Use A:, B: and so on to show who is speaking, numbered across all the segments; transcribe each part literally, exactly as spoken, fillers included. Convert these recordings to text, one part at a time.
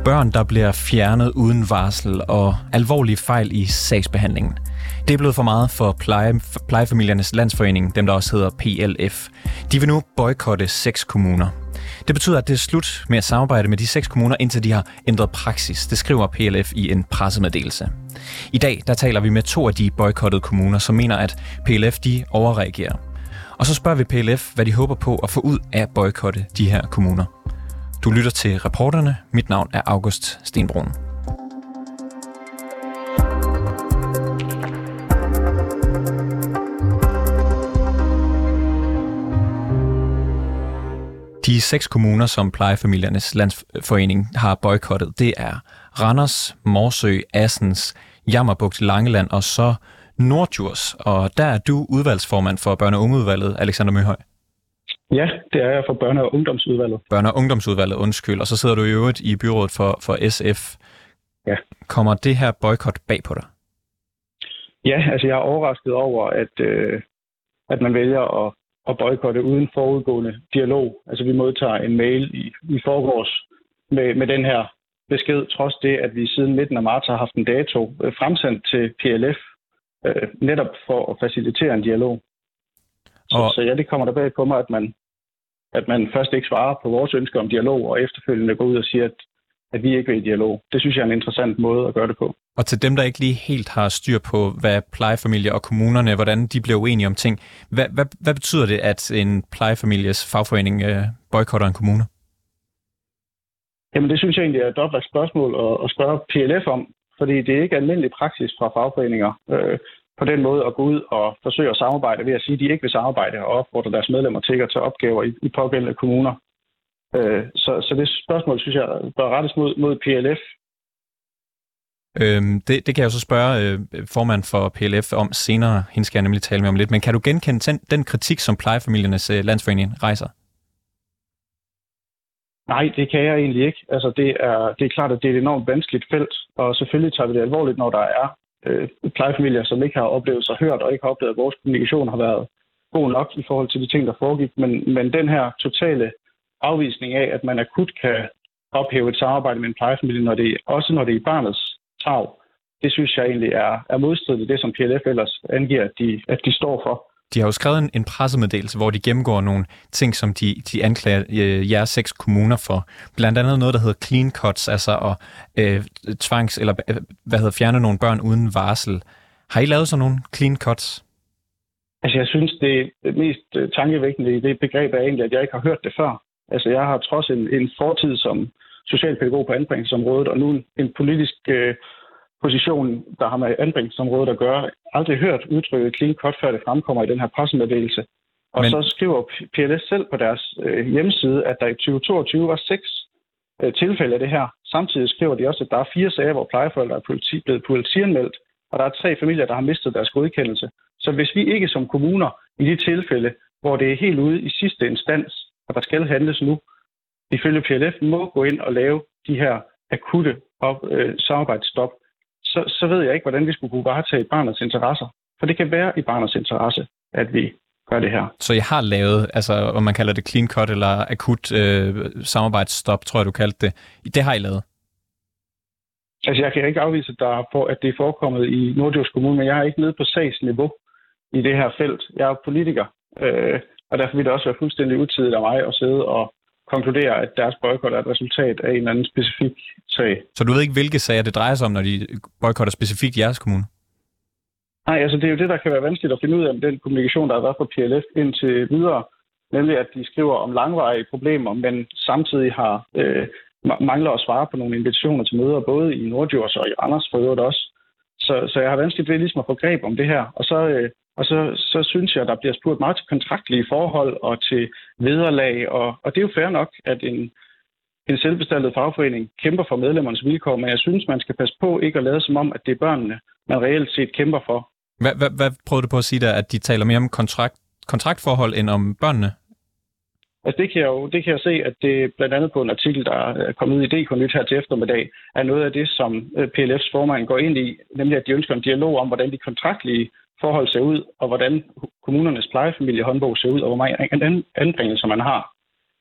A: Børn, der bliver fjernet uden varsel og alvorlige fejl i sagsbehandlingen. Det er blevet for meget for pleje, plejefamiliernes landsforening, dem der også hedder P L F. De vil nu boykotte seks kommuner. Det betyder, at det er slut med at samarbejde med de seks kommuner, indtil de har ændret praksis. Det skriver P L F i en pressemeddelelse. I dag der taler vi med to af de boykottede kommuner, som mener, at P L F de overreagerer. Og så spørger vi P L F, hvad de håber på at få ud af at boykotte de her kommuner. Du lytter til Reporterne. Mit navn er August Stenbrun. De seks kommuner, som Plejefamiliernes Landsforening har boykottet, det er Randers, Morsø, Assens, Jammerbugt, Langeland og så Norddjurs. Og der er du udvalgsformand for børne- og ungeudvalget, Alexander Møhøj.
B: Ja, det er jeg for børne- og ungdomsudvalget.
A: Børne- og ungdomsudvalget, undskyld. Og så sidder du i øvrigt i byrådet for, for S F.
B: Ja.
A: Kommer det her boykot bag på dig?
B: Ja, altså jeg er overrasket over, at, øh, at man vælger at, at boykotte uden forudgående dialog. Altså vi modtager en mail i, i forgårs med, med den her besked, trods det, at vi siden midten af marts har haft en dato øh, fremsendt til P L F, øh, netop for at facilitere en dialog. Så, og... så ja, det kommer der bag på mig, at man, at man først ikke svarer på vores ønsker om dialog, og efterfølgende går ud og siger, at, at vi ikke vil i dialog. Det synes jeg er en interessant måde at gøre det på.
A: Og til dem, der ikke lige helt har styr på, hvad plejefamilier og kommunerne, hvordan de bliver uenige om ting, hvad, hvad, hvad betyder det, at en plejefamilies fagforening øh, boykotter en kommune?
B: Jamen det synes jeg egentlig er et oplagt spørgsmål at, at spørge P L F om, fordi det er ikke almindelig praksis fra fagforeninger øh, på den måde at gå ud og forsøge at samarbejde ved at sige, at de ikke vil samarbejde og opfordre deres medlemmer til at tage opgaver i, i pågældende kommuner. Øh, så, så det spørgsmål, synes jeg, bør rettes mod, mod P L F.
A: Øhm, det, det kan jeg jo så spørge øh, formand for P L F om senere. Hende skal jeg nemlig tale med om lidt. Men kan du genkende den, den kritik, som Plejefamiliernes øh, Landsforening rejser?
B: Nej, det kan jeg egentlig ikke. Altså, det er, det er klart, at det er et enormt vanskeligt felt, og selvfølgelig tager vi det alvorligt, når der er øh, plejefamilier, som ikke har oplevet sig hørt, og ikke har oplevet, at vores kommunikation har været god nok i forhold til de ting, der foregik. Men, men den her totale afvisning af, at man akut kan ophæve et samarbejde med en plejefamilie, når det, også når det er i barnets tarv, det synes jeg egentlig er, er modstridigt det, som P L F ellers angiver, at de, at de står for.
A: De har jo skrevet en, en pressemeddelelse, hvor de gennemgår nogle ting, som de, de anklager øh, jeres seks kommuner for. Blandt andet noget, der hedder clean cuts, altså at øh, tvangs, eller øh, hvad hedder, fjerne nogle børn uden varsel. Har I lavet sådan nogle clean cuts?
B: Altså jeg synes, det, det mest øh, tankevækkende i det begreb er egentlig, at jeg ikke har hørt det før. Altså jeg har trods en, en fortid som socialpædagog på anbringelsesområdet, og nu en, en politisk øh, position, der har med anbringelsesområdet at gøre, aldrig hørt udtrykket clean cut, før det fremkommer i den her pressemeddelelse. Og Men... så skriver P L S selv på deres øh, hjemmeside, at der i tyve toogtyve var seks øh, tilfælde af det her. Samtidig skriver de også, at der er fire sager, hvor plejeforældre er politi, blevet politianmeldt, og der er tre familier, der har mistet deres godkendelse. Så hvis vi ikke som kommuner i de tilfælde, hvor det er helt ude i sidste instans, og der skal handles nu, ifølge P L F må gå ind og lave de her akutte op, øh, samarbejdsstop, så, så ved jeg ikke, hvordan vi skulle kunne varetage barnets interesser. For det kan være i barnets interesse, at vi gør det her.
A: Så jeg har lavet, altså om man kalder det clean cut eller akut øh, samarbejdsstop, tror jeg, du kaldte det. Det har I lavet?
B: Altså jeg kan ikke afvise, at, der er for, at det er forekommet i Norddjurs Kommune, men jeg er ikke nede på sagsniveau i det her felt. Jeg er politiker, øh, og derfor vil det også være fuldstændig utidigt af mig at sidde og konkludere, at deres boykot er et resultat af en eller anden specifik sag.
A: Så du ved ikke, hvilke sager det drejer sig om, når de boykotter specifikt jeres kommune?
B: Nej, altså det er jo det, der kan være vanskeligt at finde ud af med den kommunikation, der har været fra P L F indtil videre. Nemlig, at de skriver om langvarige problemer, men samtidig har øh, mangler at svare på nogle invitationer til møder, både i Norddjurs og i Randers for øvrigt også. Så, så jeg har vanskeligt ved ligesom at få greb om det her. Og så... Øh, Og så, så synes jeg, at der bliver spurgt meget til kontraktlige forhold og til vederlag, og, og det er jo fair nok, at en, en selvbestaltet fagforening kæmper for medlemmernes vilkår, men jeg synes, man skal passe på ikke at lade som om, at det er børnene, man reelt set kæmper for.
A: Hvad, hvad, hvad prøvede du på at sige der, at de taler mere om kontrakt, kontraktforhold end om børnene?
B: Altså det kan jeg jo det kan jeg se, at det blandt andet på en artikel, der er kommet ud i D K Nyt her til eftermiddag, er noget af det, som P L F's formand går ind i, nemlig at de ønsker en dialog om, hvordan de kontraktlige forhold ser ud, og hvordan kommunernes plejefamiliehåndbog ser ud, og hvor mange anbringelser man har.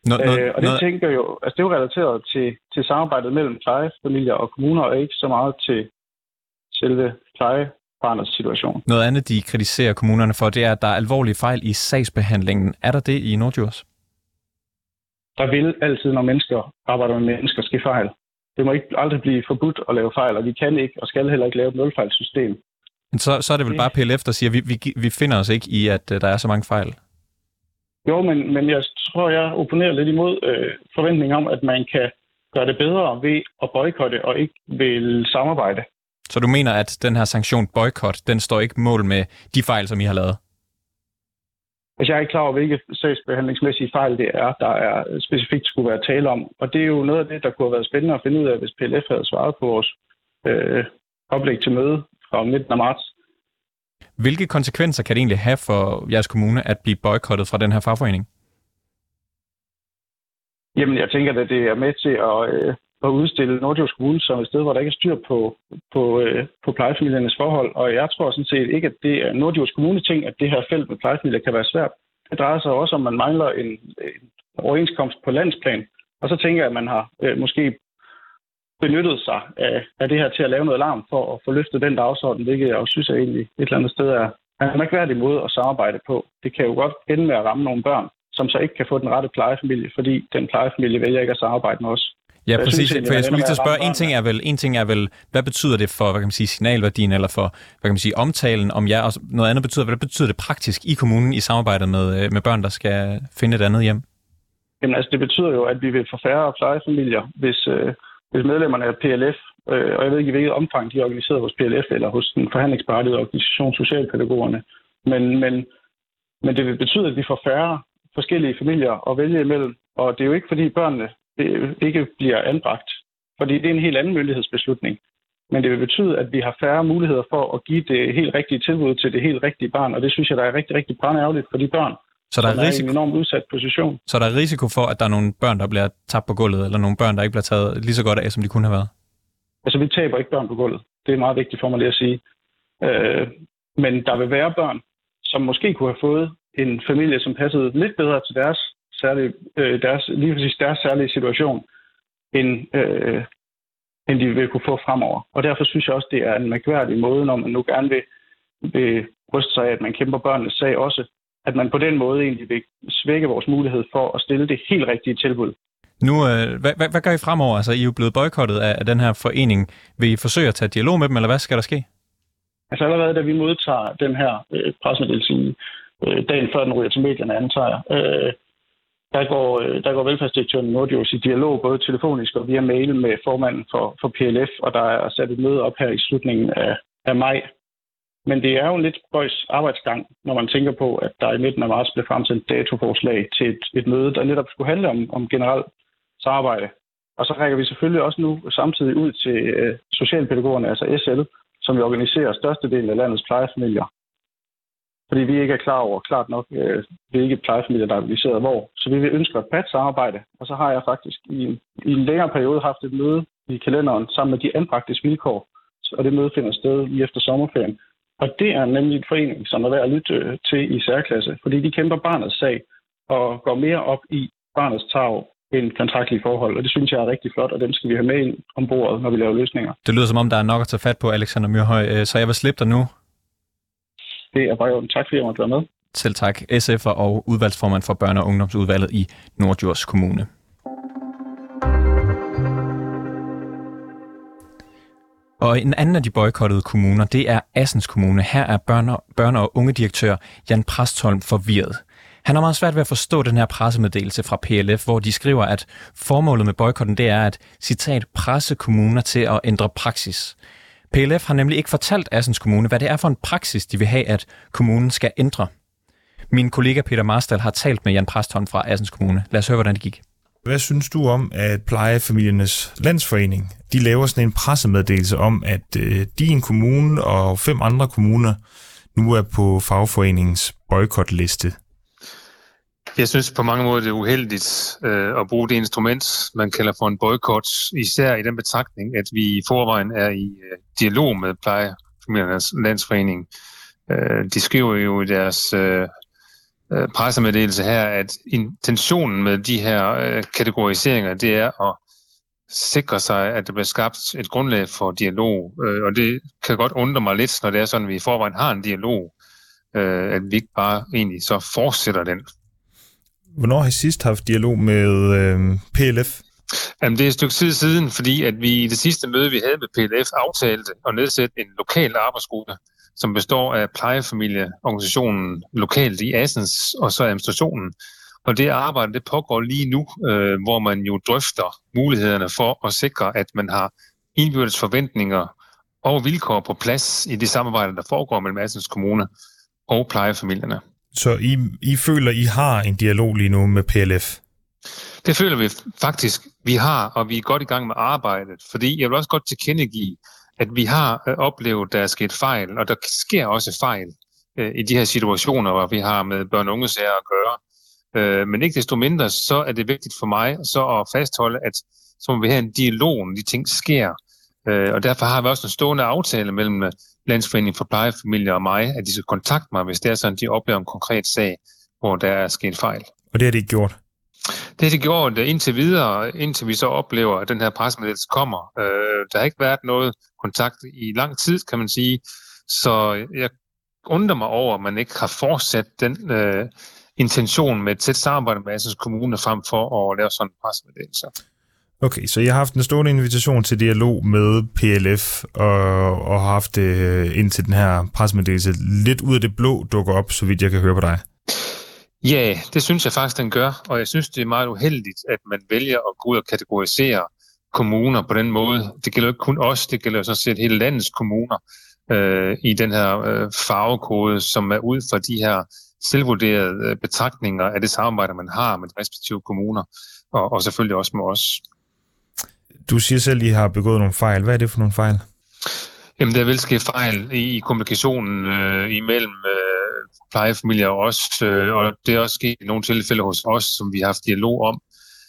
A: Nå, nå,
B: øh, og det
A: nå...
B: tænker jo, altså det er jo relateret til, til samarbejdet mellem plejefamilier og kommuner, og ikke så meget til selve plejebarnets situation.
A: Noget andet, de kritiserer kommunerne for, det er, at der er alvorlige fejl i sagsbehandlingen. Er der det i Norddjurs?
B: Der vil altid, når mennesker arbejder med mennesker, ske fejl. Det må ikke aldrig blive forbudt at lave fejl, og vi kan ikke og skal heller ikke lave et nulfejlssystem.
A: Men så, så er det vel bare P L F, der siger, at vi, vi, vi finder os ikke i, at uh, der er så mange fejl?
B: Jo, men, men jeg tror, jeg opponerer lidt imod øh, forventningen om, at man kan gøre det bedre ved at boykotte og ikke vil samarbejde.
A: Så du mener, at den her sanktion boykot, den står ikke mål med de fejl, som I har lavet?
B: Altså, jeg er ikke klar over, hvilke sagsbehandlingsmæssige fejl det er, der er specifikt skulle være tale om. Og det er jo noget af det, der kunne have været spændende at finde ud af, hvis P L F havde svaret på vores øh, oplæg til møde fra midten af marts.
A: Hvilke konsekvenser kan det egentlig have for jeres kommune at blive boykottet fra den her fagforening?
B: Jamen, jeg tænker, at det er med til at, øh, at udstille Norddjurs Kommune som et sted, hvor der ikke er styr på, på, øh, på plejefamiliernes forhold. Og jeg tror sådan set ikke, at det er Norddjurs Kommune ting, at det her felt med plejefamilier kan være svært. Det drejer sig også om, at man mangler en, en overenskomst på landsplan. Og så tænker jeg, at man har øh, måske benyttet sig af, af det her til at lave noget larm for at få løftet den dagsorden, hvilket jeg også synes er egentlig et eller andet sted er en mærkværdig måde at samarbejde på. Det kan jo godt ende med at ramme nogle børn, som så ikke kan få den rette plejefamilie, fordi den plejefamilie vælger ikke at samarbejde med os.
A: Ja, præcis. For jeg skulle lige til at spørge, en ting er vel, en ting er vel, hvad betyder det for, hvad kan man sige, signalværdien, eller for, hvad kan man sige, omtalen om jer, og noget andet betyder, hvad betyder det praktisk i kommunen i samarbejdet med, med børn, der skal finde et andet hjem?
B: Jamen altså, det betyder jo, at vi vil få færre plejefamilier, hvis, øh, hvis medlemmerne af P L F, øh, og jeg ved ikke i hvilket omfang de er organiseret hos P L F, eller hos den forhandlingsberettigede organisation Socialpædagogerne, men, men, men det vil betyde, at vi får færre forskellige familier at vælge imellem, og det er jo ikke, fordi børnene ikke bliver anbragt, fordi det er en helt anden myndighedsbeslutning. Men det vil betyde, at vi har færre muligheder for at give det helt rigtige tilbud til det helt rigtige barn, og det synes jeg, der er rigtig, rigtig brandærgerligt for de børn,
A: så der er, risiko...
B: er i en enormt udsat position.
A: Så der er risiko for, at der er nogle børn, der bliver tabt på gulvet, eller nogle børn, der ikke bliver taget lige så godt af, som de kunne have været? Altså,
B: vi taber ikke børn på gulvet. Det er meget vigtigt for mig lige at sige. Øh, men der vil være børn, som måske kunne have fået en familie, som passede lidt bedre til deres særlige, øh, deres, lige præcis deres særlige situation, end, øh, end de vil kunne få fremover. Og derfor synes jeg også, det er en mærkværdig måde, når man nu gerne vil, vil bryste sig af, at man kæmper børnenes sag også, at man på den måde egentlig vil svække vores mulighed for at stille det helt rigtige tilbud.
A: Nu, øh, hvad, hvad, hvad gør I fremover? Altså, I er jo blevet boykottet af, af den her forening. Vil I forsøge at tage dialog med dem, eller hvad skal der ske?
B: Altså allerede, da vi modtager den her øh, pressemeddelelse øh, dagen før den ryger til medierne, antager jeg, øh, Der går, der går velfærdsdirektøren Norddjurs i dialog, både telefonisk og via mail med formanden for, for P L F, og der er sat et møde op her i slutningen af, af maj. Men det er jo en lidt spøjs arbejdsgang, når man tænker på, at der i midten af marts blev fremsendt datoforslag til et, et møde, der netop skulle handle om, om generelt samarbejde. Og så rækker vi selvfølgelig også nu samtidig ud til øh, socialpædagogerne, altså S L, som vi organiserer størstedelen af landets plejefamilier. Fordi vi ikke er klar over, klart nok, øh, hvilke plejefamilier, der er organiseret hvor. Så vi vil ønske et bredt samarbejde. Og så har jeg faktisk i en, i en længere periode haft et møde i kalenderen sammen med de anbragtes vilkår. Og det møde finder sted lige efter sommerferien. Og det er nemlig en forening, som er værd at lytte til i særklasse. Fordi de kæmper barnets sag og går mere op i barnets tarv end kontraktlige forhold. Og det synes jeg er rigtig flot, og dem skal vi have med ind om bordet, når vi laver løsninger.
A: Det lyder som om, der er nok at tage fat på, Alexander Myrhøj. Så jeg vil slippe dig nu.
B: Det er bare jo. Tak fordi jeg måtte være med.
A: Selv tak. S F'er og udvalgsformand for børne- og ungdomsudvalget i Norddjurs Kommune. Og en anden af de boykottede kommuner, det er Assens Kommune. Her er børne- børne- og ungedirektør Jan Præstholm forvirret. Han har meget svært ved at forstå den her pressemeddelelse fra P L F, hvor de skriver, at formålet med boykotten det er at, citat, presse kommuner til at ændre praksis. P L F har nemlig ikke fortalt Assens Kommune, hvad det er for en praksis, de vil have, at kommunen skal ændre. Min kollega Peter Marstal har talt med Jan Præstholm fra Assens Kommune. Lad os høre, hvordan det gik.
C: Hvad synes du om, at Plejefamiliernes Landsforening, de laver sådan en pressemeddelelse om, at øh, din kommune og fem andre kommuner nu er på fagforeningens boykotliste?
D: Jeg synes på mange måder, det er uheldigt øh, at bruge det instrument, man kalder for en boykot, især i den betragtning, at vi i forvejen er i øh, dialog med Plejefamiliernes Landsforening. Øh, de skriver jo i deres øh, øh, pressemeddelelse her, at intentionen med de her øh, kategoriseringer, det er at sikre sig, at der bliver skabt et grundlag for dialog. Øh, og det kan godt undre mig lidt, når det er sådan, at vi i forvejen har en dialog, øh, at vi ikke bare egentlig så fortsætter den.
C: Hvornår har I sidst haft dialog med øh, P L F?
D: Jamen, det er et stykke tid siden, fordi at vi i det sidste møde, vi havde med P L F, aftalte at nedsætte en lokal arbejdsgruppe, som består af plejefamilieorganisationen lokalt i Assens og så administrationen. Og det arbejde, det pågår lige nu, øh, hvor man jo drøfter mulighederne for at sikre, at man har indbyrdes forventninger og vilkår på plads i det samarbejde, der foregår mellem Assens Kommune og plejefamilierne.
C: Så I, I føler, I har en dialog lige nu med P L F?
D: Det føler vi faktisk, vi har, og vi er godt i gang med arbejdet. Fordi jeg vil også godt tilkendegive, at vi har øh, oplevet, at der er sket fejl, og der sker også fejl øh, i de her situationer, hvor vi har med børn- og ungesager at gøre. Øh, men ikke desto mindre, så er det vigtigt for mig så at fastholde, at så må vi have en dialog, når de ting sker. Øh, og derfor har vi også en stående aftale mellem Landsforeningen for Plejefamilier og mig, at de skal kontakte mig, hvis det er sådan, de oplever en konkret sag, hvor der er sket fejl.
C: Og det har de ikke gjort?
D: Det har de gjort indtil videre, indtil vi så oplever, at den her pressemeddelelse kommer. Øh, der har ikke været noget kontakt i lang tid, kan man sige. Så jeg undrer mig over, at man ikke har fortsat den øh, intention med et tæt samarbejde med Assens Kommune frem for at lave sådan en pressemeddelelse.
C: Okay, så I har haft en stående invitation til dialog med P L F, og, og har haft det indtil den her pressemeddelelse lidt ud af det blå dukker op, så vidt jeg kan høre på dig.
D: Ja, det synes jeg faktisk, den gør, og jeg synes, det er meget uheldigt, at man vælger at gå ud og kategorisere kommuner på den måde. Det gælder ikke kun os, det gælder sådan set hele landets kommuner øh, i den her øh, farvekode, som er ud fra de her selvvurderede øh, betragtninger af det samarbejde, man har med de respektive kommuner, og, og selvfølgelig også med os. Du
C: siger selv, at I har begået nogle fejl. Hvad er det for nogle fejl?
D: Jamen, der vil ske fejl i, i kommunikationen øh, imellem øh, plejefamilier og os, øh, og det er også sket i nogle tilfælde hos os, som vi har haft dialog om.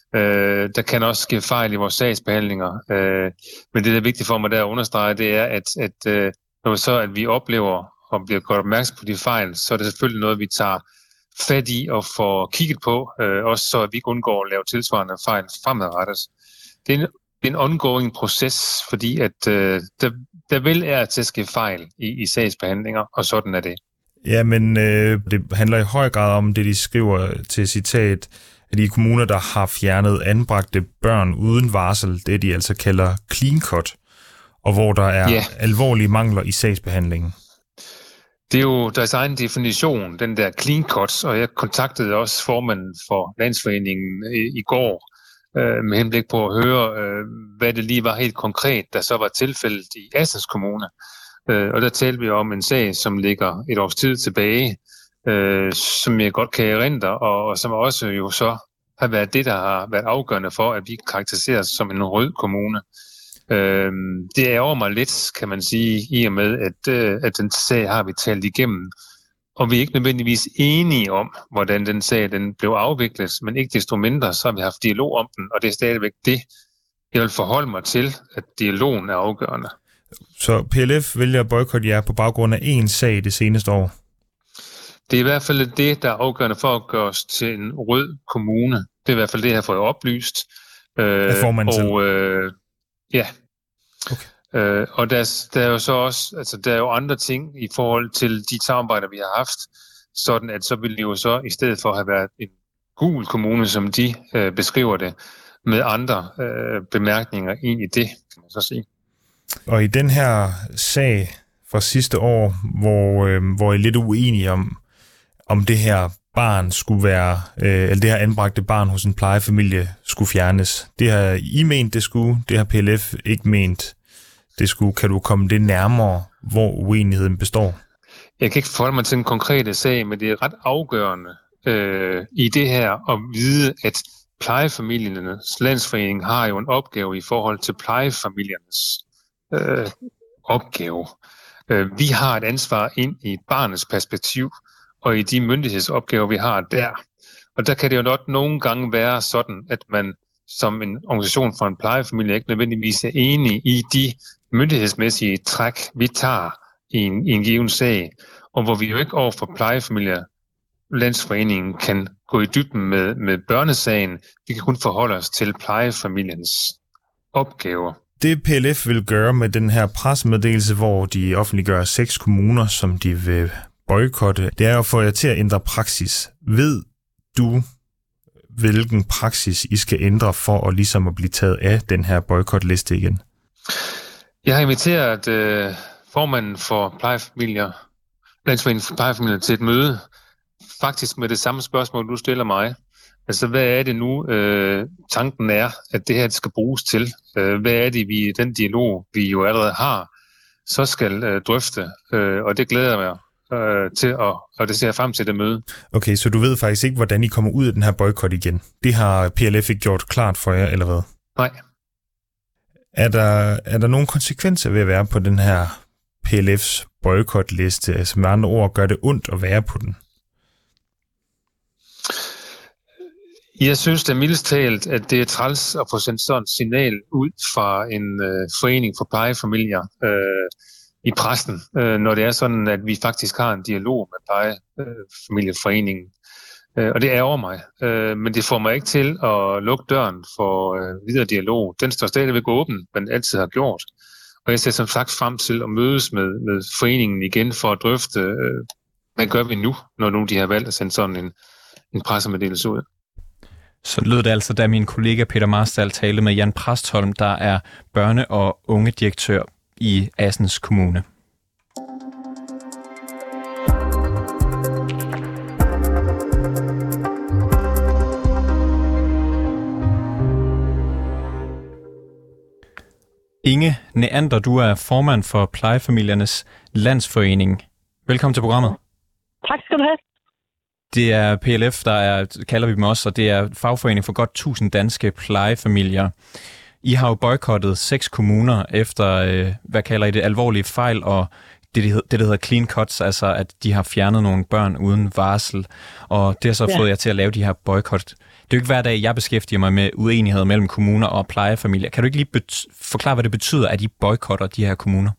D: Øh, der kan også ske fejl i vores sagsbehandlinger, øh, men det, der er vigtigt for mig der at understrege, det er, at, at øh, når vi så at vi oplever og bliver godt opmærksom på de fejl, så er det selvfølgelig noget, vi tager fat i og får kigget på, øh, også så at vi ikke undgår at lave tilsvarende fejl fremadrettet. Det er en, det er en ongoing proces, fordi at øh, der, der vil er til at ske fejl i, i sagsbehandlinger, og sådan er det.
C: Ja, men øh, det handler i høj grad om det, de skriver til citat, at de kommuner, der har fjernet anbragte børn uden varsel, det de altså kalder clean cut, og hvor der er yeah. alvorlige mangler i sagsbehandlingen.
D: Det er jo deres egen definition, den der clean cut, og jeg kontaktede også formanden for Landsforeningen i, i går, øh, med henblik på at høre, øh, hvad det lige var helt konkret, der så var tilfældet i Assens Kommune. Øh, og der talte vi om en sag, som ligger et års tid tilbage, øh, som jeg godt kan erindre, og, og som også jo så har været det, der har været afgørende for, at vi karakteriseres som en rød kommune. Øh, det ærger mig lidt, kan man sige, i og med, at, øh, at den sag har vi talt igennem. Og vi er ikke nødvendigvis enige om, hvordan den sag den blev afviklet, men ikke desto mindre, så har vi haft dialog om den, og det er stadigvæk det, jeg vil forholde mig til, at dialogen er afgørende.
C: Så P L F vælger at boykotte jer på baggrund af én sag det seneste år?
D: Det er i hvert fald det, der er afgørende for at gøre os til en rød kommune. Det er i hvert fald det, jeg har fået oplyst.
C: Øh, af formanden
D: og øh, ja. Okay. Øh, og der, der er jo så også, altså der er jo andre ting i forhold til de samarbejder, vi har haft, sådan at så ville det jo så i stedet for have været en gul kommune, som de øh, beskriver det, med andre øh, bemærkninger ind i det, kan man så sige.
C: Og i den her sag fra sidste år, hvor, øh, hvor I er lidt uenige om, om det her barn skulle være, øh, eller det her anbragte barn hos en plejefamilie skulle fjernes. Det har I ment, det skulle, det har P L F ikke ment, det skulle. Kan du komme det nærmere, hvor uenigheden består?
D: Jeg kan ikke forholde mig til en konkrete sag, men det er ret afgørende øh, i det her at vide, at plejefamiliernes Landsforening har jo en opgave i forhold til plejefamiliernes øh, opgave. Øh, vi har et ansvar ind i barnets perspektiv, og i de myndighedsopgaver, vi har der. Og der kan det jo nok nogle gange være sådan, at man som en organisation for en plejefamilie ikke nødvendigvis er enig i de myndighedsmæssige træk, vi tager i en, i en given sag, og hvor vi jo ikke over for plejefamilier Landsforeningen kan gå i dybden med, med børnesagen. Vi kan kun forholde os til plejefamiliens opgaver.
C: Det P L F vil gøre med den her pressemeddelelse, hvor de offentliggør seks kommuner, som de vil boykotte, det er at få jer til at ændre praksis. Ved du, hvilken praksis I skal ændre for at ligesom at blive taget af den her boykotliste igen?
D: Jeg har inviteret øh, formanden for plejefamilier, Landsforeningen for plejefamilier til et møde, faktisk med det samme spørgsmål, du stiller mig. Altså, hvad er det nu, øh, tanken er, at det her skal bruges til? Øh, hvad er det, vi den dialog, vi jo allerede har, så skal øh, drøfte? Øh, og det glæder jeg mig øh, til, og, og det ser jeg frem til det møde.
C: Okay, så du ved faktisk ikke, hvordan I kommer ud af den her boykot igen? Det har P L F ikke gjort klart for jer, eller hvad?
D: Nej.
C: Er der, er der nogle konsekvenser ved at være på den her P L F's boykotliste? Altså med andre ord, gør det ondt at være på den?
D: Jeg synes da mildest talt, at det er træls at få sendt sådan et signal ud fra en øh, forening for plejefamilier øh, i pressen, øh, når det er sådan, at vi faktisk har en dialog med plejefamilieforeningen. Øh, og det ærger mig, øh, men det får mig ikke til at lukke døren for øh, videre dialog. Den står stadigvæk åben, men altid har gjort. Og jeg ser som sagt frem til at mødes med, med foreningen igen for at drøfte, øh, hvad gør vi nu, når nu de har valgt at sende sådan en, en pressemeddelelse ud.
A: Så lød det altså, da min kollega Peter Marstal talte med Jan Præstholm, der er børne- og ungedirektør i Assens Kommune. Inge Neander, du er formand for Plejefamiliernes Landsforening. Velkommen til programmet.
E: Tak skal du have.
A: Det er P L F, der er, kalder vi dem også, og det er fagforening for godt tusind danske plejefamilier. I har jo boykottet seks kommuner efter, øh, hvad kalder I det, alvorlige fejl, og det, det der hedder clean cuts, altså at de har fjernet nogle børn uden varsel, og det har så ja. fået jer til at lave de her boykot. Det er jo ikke hver dag, jeg beskæftiger mig med uenighed mellem kommuner og plejefamilier. Kan du ikke lige bet- forklare, hvad det betyder, at I boykotter de her kommuner?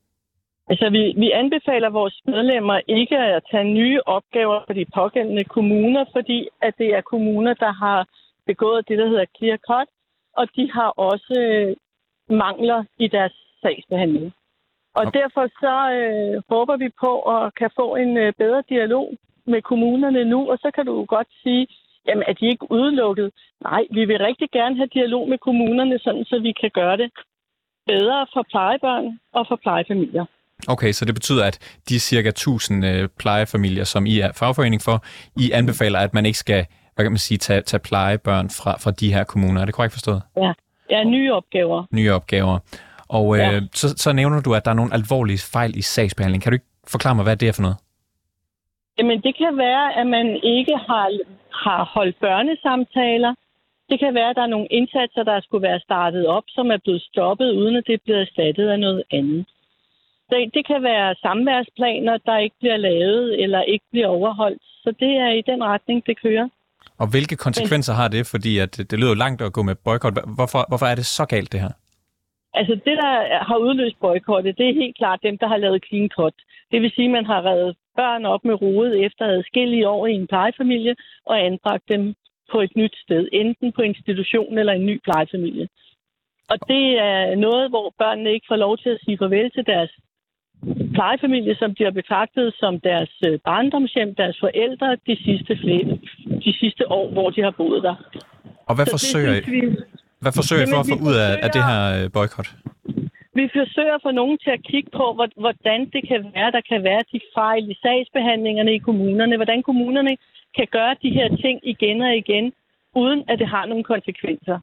E: Altså, vi, vi anbefaler vores medlemmer ikke at tage nye opgaver for de pågældende kommuner, fordi at det er kommuner, der har begået det, der hedder clear cut, og de har også øh, mangler i deres sagsbehandling. Og okay. derfor så øh, håber vi på at kan få en øh, bedre dialog med kommunerne nu, og så kan du godt sige, jamen er de ikke udelukket? Nej, vi vil rigtig gerne have dialog med kommunerne, sådan så vi kan gøre det bedre for plejebørn og for plejefamilier.
A: Okay, så det betyder, at de cirka tusind øh, plejefamilier, som I er fagforening for, I anbefaler, at man ikke skal, hvad kan man sige, tage, tage plejebørn fra, fra de her kommuner. Er det korrekt forstået?
E: Ja, ja, nye opgaver.
A: Nye opgaver. Og øh,
E: ja.
A: så, så nævner du, at der er nogle alvorlige fejl i sagsbehandling. Kan du ikke forklare mig, hvad det er for noget?
E: Jamen, det kan være, at man ikke har, har holdt børnesamtaler. Det kan være, at der er nogle indsatser, der skulle være startet op, som er blevet stoppet, uden at det bliver erstattet af noget andet. Det, det kan være samværsplaner, der ikke bliver lavet eller ikke bliver overholdt. Så det er i den retning, det kører.
A: Og hvilke konsekvenser Men, har det? Fordi at det lyder langt at gå med boykot. Hvorfor, hvorfor er det så galt, det her?
E: Altså det, der har udløst boykottet, det er helt klart dem, der har lavet clean cut. Det vil sige, at man har reddet børn op med rode efter adskillige år i en plejefamilie og anbragt dem på et nyt sted. Enten på institution eller en ny plejefamilie. Og det er noget, hvor børnene ikke får lov til at sige farvel til deres plejefamilie, som bliver betragtet som deres barndomshjem, deres forældre, de sidste, flere, de sidste år, hvor de har boet der.
A: Og hvad forsøger I, vi... hvad forsøger I for at få ud af, af det her boykot?
E: Vi forsøger at få nogen til at kigge på, hvordan det kan være, der kan være de fejl i sagsbehandlingerne i kommunerne, hvordan kommunerne kan gøre de her ting igen og igen, uden at det har nogle konsekvenser.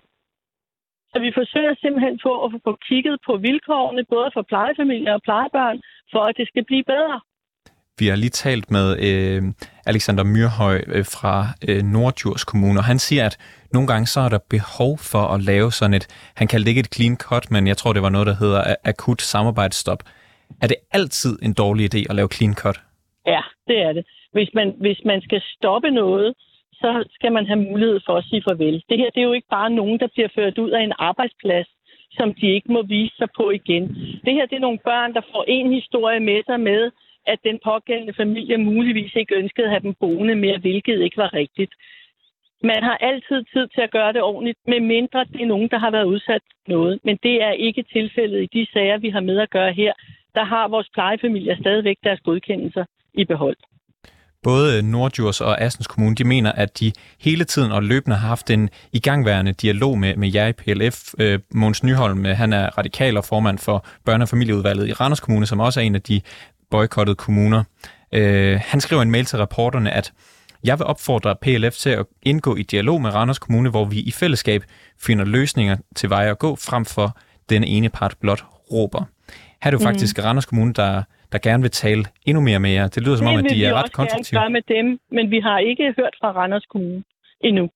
E: Så vi forsøger simpelthen på at få kigget på vilkårene, både for plejefamilier og plejebørn, for at det skal blive bedre.
A: Vi har lige talt med øh, Alexander Myrhøj øh, fra øh, Norddjurs Kommune, og han siger, at nogle gange så er der behov for at lave sådan et, han kaldte det ikke et clean cut, men jeg tror, det var noget, der hedder akut samarbejdsstop. Er det altid en dårlig idé at lave clean cut?
E: Ja, det er det. Hvis man, hvis man skal stoppe noget, så skal man have mulighed for at sige farvel. Det her det er jo ikke bare nogen, der bliver ført ud af en arbejdsplads, som de ikke må vise sig på igen. Det her det er nogle børn, der får en historie med sig med, at den pågældende familie muligvis ikke ønskede at have dem boende mere, hvilket ikke var rigtigt. Man har altid tid til at gøre det ordentligt, medmindre det er nogen, der har været udsat noget. Men det er ikke tilfældet i de sager, vi har med at gøre her. Der har vores plejefamilier stadigvæk deres godkendelser i behold.
A: Både Norddjurs og Assens Kommune, de mener, at de hele tiden og løbende har haft en igangværende dialog med, med jer i P L F. Øh, Mogens Nyholm, han er radikal og formand for børne- og familieudvalget i Randers Kommune, som også er en af de boykottede kommuner. Øh, han skriver en mail til reporterne, at jeg vil opfordre P L F til at indgå i dialog med Randers Kommune, hvor vi i fællesskab finder løsninger til veje at gå, frem for denne ene part blot råber. Her er det jo faktisk mm. Randers Kommune, der, der gerne vil tale endnu mere med jer. Det lyder som om, at de er ret konstruktive.
E: Det vil vi også gerne med dem, men vi har ikke hørt fra Randers Kommune endnu.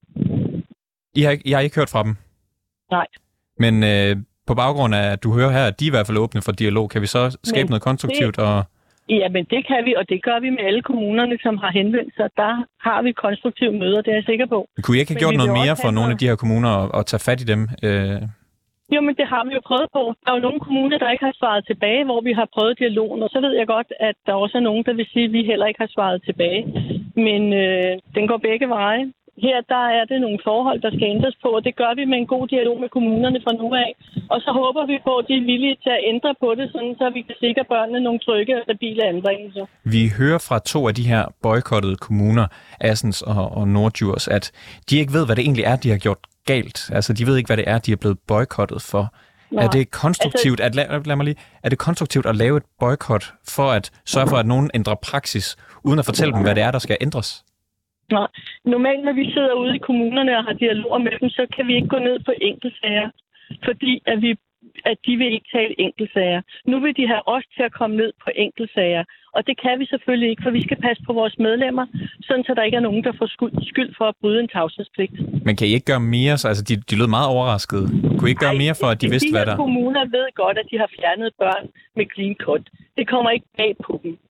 A: I har, I har ikke hørt fra dem?
E: Nej.
A: Men øh, på baggrund af, at du hører her, at de er i hvert fald åbne for dialog, kan vi så skabe men noget konstruktivt?
E: Det...
A: Og
E: Ja, men det kan vi, og det gør vi med alle kommunerne, som har henvendt sig. Der har vi konstruktive møder, det er jeg sikker på.
A: Kunne I ikke have men gjort noget mere for nogle af de her kommuner og, og tage fat i dem? Øh...
E: Jo, men det har vi jo prøvet på. Der er jo nogle kommuner, der ikke har svaret tilbage, hvor vi har prøvet dialogen, og så ved jeg godt, at der også er nogen, der vil sige, at vi heller ikke har svaret tilbage. Men øh, den går begge veje. Her der er det nogle forhold, der skal ændres på, og det gør vi med en god dialog med kommunerne fra nu af. Og så håber vi på, at de er villige til at ændre på det, sådan så vi kan sikre børnene nogle trygge og stabile anbringelser.
A: Vi hører fra to af de her boykottede kommuner, Assens og, og Norddjurs, at de ikke ved, hvad det egentlig er, de har gjort galt. Altså, de ved ikke, hvad det er, de er blevet boykottet for. Nej. Er det konstruktivt altså, at, lad, lad mig lige, er det konstruktivt at lave et boykot for at sørge for, at nogen ændrer praksis, uden at fortælle dem, hvad det er, der skal ændres?
E: Nej. Normalt, når vi sidder ude i kommunerne og har dialoger med dem, så kan vi ikke gå ned på enkeltsager, fordi at, vi, at de vil ikke tale enkeltsager. Nu vil de have os til at komme ned på enkeltsager, og det kan vi selvfølgelig ikke, for vi skal passe på vores medlemmer, sådan så der ikke er nogen, der får skyld for at bryde en tavshedspligt.
A: Men kan I ikke gøre mere? Så, altså, de, de lød meget overraskede. Kunne I ikke gøre mere for, at de, de vidste, hvad der...
E: De kommuner ved godt, at de har fjernet børn med clean cut. Det kommer ikke bag på dem.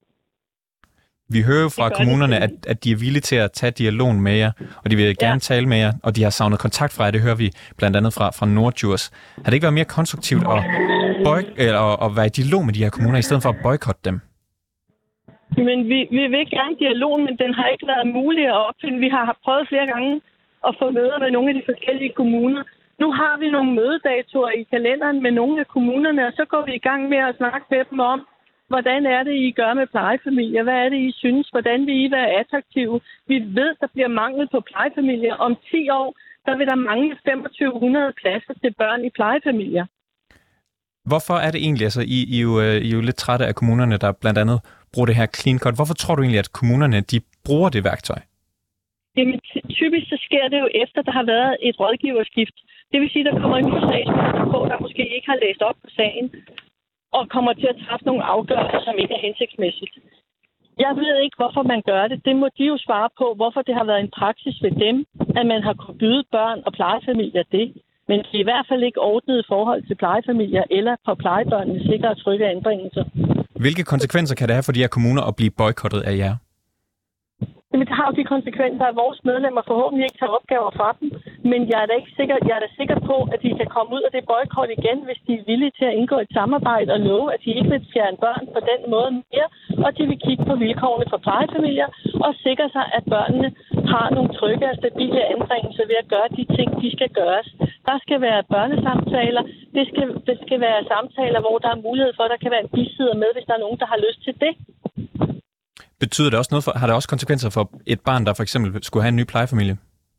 A: Vi hører jo fra kommunerne, at, at de er villige til at tage dialogen med jer, og de vil gerne ja. tale med jer, og de har savnet kontakt fra jer. Det hører vi blandt andet fra, fra Norddjurs. Har det ikke været mere konstruktivt at, boy- eller at, at være i dialog med de her kommuner, i stedet for at boykotte dem?
E: Men vi, vi vil gerne dialogen, men den har ikke været mulig at opfinde. Vi har prøvet flere gange at få møder med nogle af de forskellige kommuner. Nu har vi nogle mødedatoer i kalenderen med nogle af kommunerne, og så går vi i gang med at snakke med dem om, hvordan er det, I gør med plejefamilier? Hvad er det, I synes? Hvordan vil I være attraktive? Vi ved, der bliver mangel på plejefamilier. Om ti år, der vil der mangle femogtyve hundrede pladser til børn i plejefamilier.
A: Hvorfor er det egentlig, altså I, I, er jo, I er jo lidt trætte af kommunerne, der blandt andet bruger det her clean cut. Hvorfor tror du egentlig, at kommunerne de bruger det værktøj?
E: Jamen, typisk så sker det jo efter, der har været et rådgiverskift. Det vil sige, der kommer en ny sagsbehandler på, der måske ikke har læst op på sagen, og kommer til at træffe nogle afgørelser, som ikke er hensigtsmæssigt. Jeg ved ikke, hvorfor man gør det. Det må de jo svare på, hvorfor det har været en praksis ved dem, at man har kunnet byde børn og plejefamilier det. Men det er i hvert fald ikke ordnet forhold til plejefamilier eller på plejebørnene sikre og trygge anbringelser.
A: Hvilke konsekvenser kan det have for de her kommuner at blive boykottet af jer?
E: Jamen, det har jo de konsekvenser, at vores medlemmer forhåbentlig ikke tager opgaver fra dem. Men jeg er da ikke sikker, jeg er da sikker på, at de kan komme ud af det boykot igen, hvis de er villige til at indgå et samarbejde og love, at de ikke vil fjerne børn på den måde mere, og de vil kigge på vilkårene for plejefamilier og sikre sig, at børnene har nogle trygge og stabile anbringelser ved at gøre de ting, de skal gøres. Der skal være børnesamtaler. Det skal, det skal være samtaler, hvor der er mulighed for, at der kan være en bisidder med, hvis der er nogen, der har lyst til det.
A: Betyder det også noget for, har det også konsekvenser for et barn, der for eksempel skulle have en ny plejefamilie?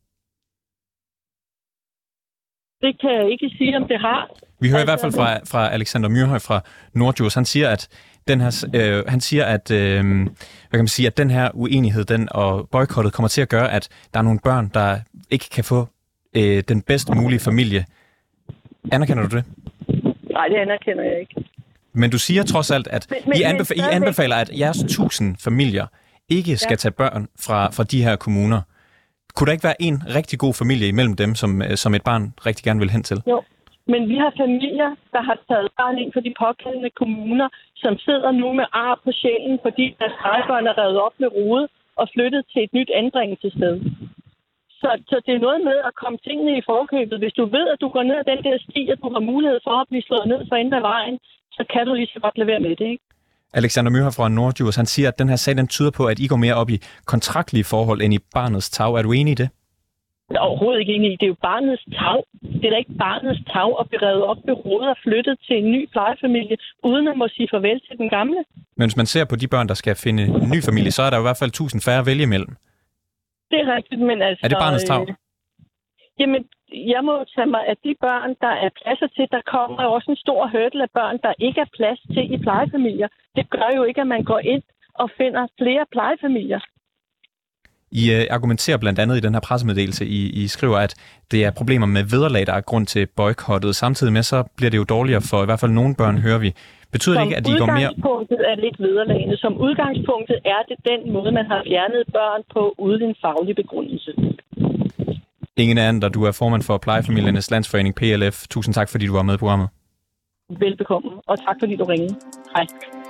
E: Det kan jeg ikke sige, om det har.
A: Vi hører altså, i hvert fald fra, fra Alexander Myrhøj fra Norddjurs. Han siger, at den her, øh, han siger, at øh, hvad kan man sige, at den her uenighed, den og boykottet kommer til at gøre, at der er nogle børn, der ikke kan få øh, den bedst mulige familie. Anerkender du det?
E: Nej, det anerkender jeg ikke.
A: Men du siger trods alt, at men, men, I, anbef- I anbefaler, at jeres tusind familier ikke skal ja. tage børn fra, fra de her kommuner. Kunne der ikke være en rigtig god familie imellem dem, som, som et barn rigtig gerne vil hen til?
E: Jo, men vi har familier, der har taget barn ind for de pågældende kommuner, som sidder nu med ar på sjælen, fordi deres plejebørn er revet op med rode og flyttet til et nyt anbringelsessted. Så, så det er noget med at komme tingene i forkøbet. Hvis du ved, at du går ned ad den der sti, og du har mulighed for at blive slået ned for enden af vejen, så kan du lige så godt lade være med det, ikke?
A: Alexander Møher fra Nordjurs, han siger, at den her sag den tyder på, at I går mere op i kontraktlige forhold end i barnets tag. Er du enig i det?
E: Jeg er overhovedet ikke enig i. Det er jo barnets tag. Det er da ikke barnets tag at blive revet op ved rodet og flyttet til en ny plejefamilie, uden at må sige farvel til den gamle.
A: Men hvis man ser på de børn, der skal finde en ny familie, så er der i hvert fald tusind færre at vælge imellem.
E: Det er rigtigt, men altså...
A: Er det barnets tag?
E: Øh, jamen, jeg må tage mig af de børn, der er pladser til. Der kommer også en stor hurdle af børn, der ikke er plads til i plejefamilier. Det gør jo ikke, at man går ind og finder flere plejefamilier.
A: I uh, argumenterer blandt andet i den her pressemeddelelse, I, I skriver, at det er problemer med vederlag, der er grund til boykottet. Samtidig med, så bliver det jo dårligere for i hvert fald nogle børn, hører vi. Betyder det ikke, at de går mere...
E: Som udgangspunktet er det ikke vederlagene. Som udgangspunktet er det den måde, man har fjernet børn på uden en faglig begrundelse.
A: Ingen Ander, du er formand for Plejefamiliernes Landsforening, P L F. Tusind tak, fordi du var med i programmet.
E: Velbekomme, og tak fordi du ringede. Hej.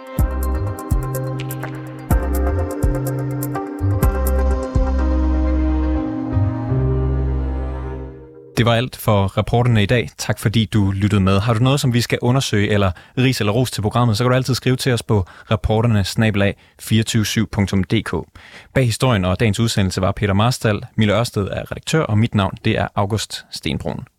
A: Det var alt for reporterne i dag. Tak fordi du lyttede med. Har du noget, som vi skal undersøge, eller ris eller ros til programmet, så kan du altid skrive til os på reporterne snabel-a to fire syv punktum d k. Bag historien og dagens udsendelse var Peter Marstal, Mille Ørsted er redaktør, og mit navn det er August Stenbrun.